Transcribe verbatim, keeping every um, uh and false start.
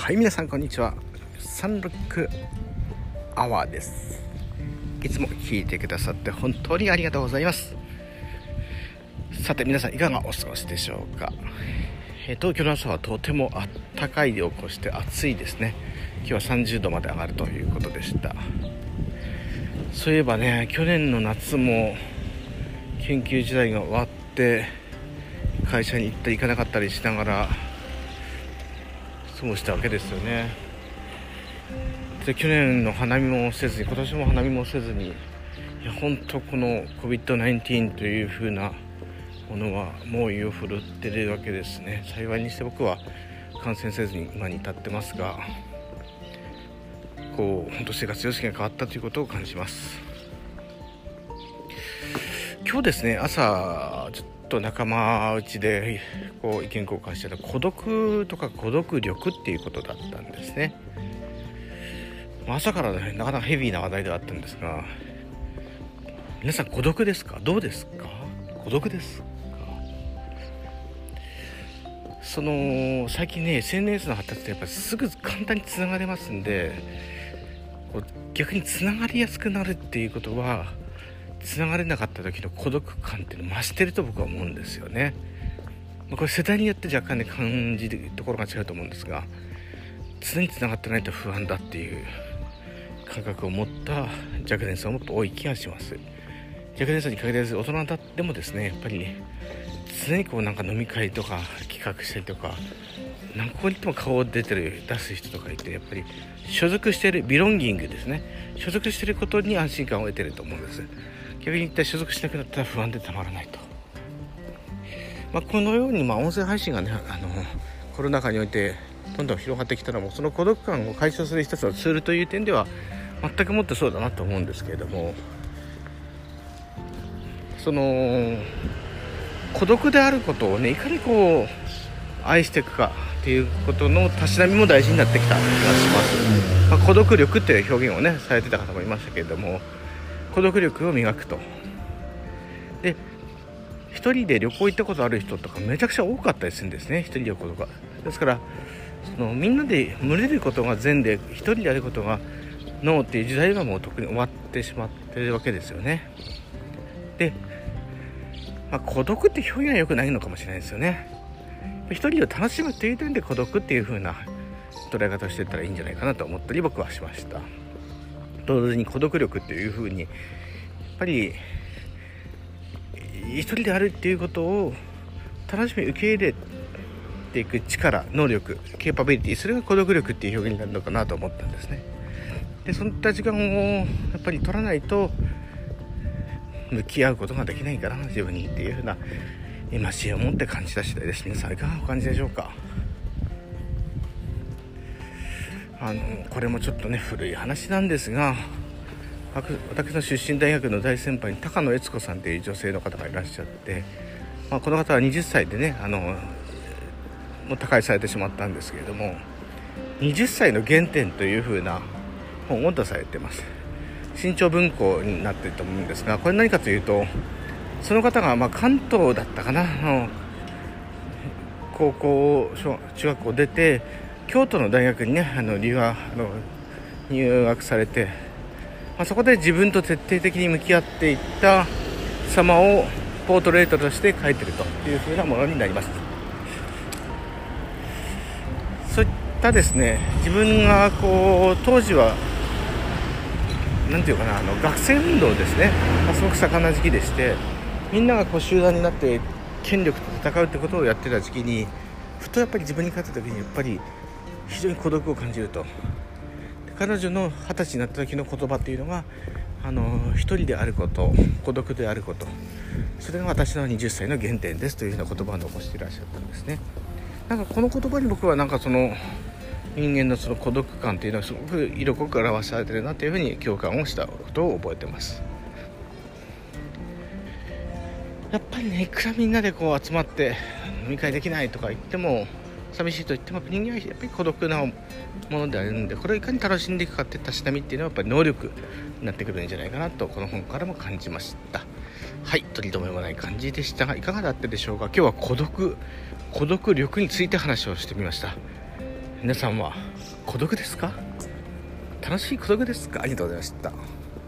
はい、皆さんこんにちは。サンロックアワーです。いつも聞いてくださって本当にありがとうございます。さて皆さんいかがお過ごしでしょうか。えー、東京の朝はとても暖かいを越して暑いですね。今日はさんじゅうどまで上がるということでした。そういえばね、去年の夏も研究時代が終わって会社に行ったり行かなかったりしながら過ごしたわけですよね。で去年の花見もせずに今年も花見もせずに、いや本当この コビッドナインティーン という風なものは猛威を振るってるわけですね。幸いにして僕は感染せずに今に至ってますが、こう本当生活様式が変わったということを感じます。今日ですね、朝ちょっと仲間内でこう意見交換してた孤独とか孤独力っていうことだったんですね。朝からね、なかなかヘビーな話題ではあったんですが、皆さん孤独ですか？どうですか？孤独ですか？その最近ね エスエヌエス の発達ってやっぱりすぐ簡単につながれますんで、こう逆につながりやすくなるっていうことはつながれなかった時の孤独感っていうのを増してると僕は思うんですよね。これ世代によって若干ね感じるところが違うと思うんですが、常につながってないと不安だっていう感覚を持った若年層も多い気がします。若年層に限らず大人だってもですね、やっぱりね常にこうなんか飲み会とか企画したりとか、何個に行っても顔を出てる出す人とかいて、やっぱり所属しているビロンギングですね、所属していることに安心感を得ていると思うんです。逆に言ったら所属しなくなったら不安でたまらないと、まあ、このようにまあ音声配信がね、あのコロナ禍においてどんどん広がってきたのもその孤独感を解消する一つのツールという点では全くもってそうだなと思うんですけれども、その孤独であることをね、いかにこう愛していくかっていうことのたしなみも大事になってきた気がします。まあ、孤独力っていう表現をねされてた方もいましたけれども、孤独力を磨くと。で一人で旅行行ったことある人とかめちゃくちゃ多かったりするんですね、一人旅行とか。ですからそのみんなで群れることが善で一人でやることがノーっていう時代はもう特に終わってしまってるわけですよね。で、まあ、孤独って表現は良くないのかもしれないですよね。一人を楽しむという点で孤独っていう風な捉え方をしていったらいいんじゃないかなと思ったり僕はしました。同時に孤独力っていう風にやっぱり一人であるっていうことを楽しみ受け入れていく力、能力、ケーパビリティ、それが孤独力っていう表現になるのかなと思ったんですね。でそういった時間をやっぱり取らないと向き合うことができないから自分にっていうふうな今しを持って感じた次第です。皆さんいかがお感じでしょうか。あのこれもちょっとね古い話なんですが、私の出身大学の大先輩に高野悦子さんという女性の方がいらっしゃって、まあ、この方ははたちでねあのもう他界されてしまったんですけれども、はたちの原点というふうな本を出されています。新潮文庫になっていると思うんですが、これ何かというと、その方がまあ関東だったかな、あの高校中学校出て京都の大学にねあの留学あの入学されて、まあ、そこで自分と徹底的に向き合っていった様をポートレートとして書いているというふうなものになります。そういったですね、自分がこう当時はなんていうかな、あの学生運動ですね、まあ、すごく盛んな時期でして、みんながこう集団になって権力と戦うってことをやってた時期に、ふとやっぱり自分に勝った時にやっぱり非常に孤独を感じると。で彼女のはたちになった時の言葉っていうのが、あの一人であること、孤独であること、それが私のはたちの原点ですというような言葉を残していらっしゃったんですね。なんかこの言葉に僕はなんかその人間のその孤独感というのはすごく色濃く表されているなというふうに共感をしたことを覚えています。やっぱりね、いくらみんなでこう集まって飲み会できないとか言っても、寂しいと言っても人間はやっぱり孤独なものであるので、これをいかに楽しんでいくかってたしなみっていうのはやっぱり能力になってくるんじゃないかなとこの本からも感じました。はい、取り留めもない感じでしたがいかがだったでしょうか。今日は孤独孤独力について話をしてみました。 皆さんは孤独ですか？楽しい孤独ですか？ありがとうございました。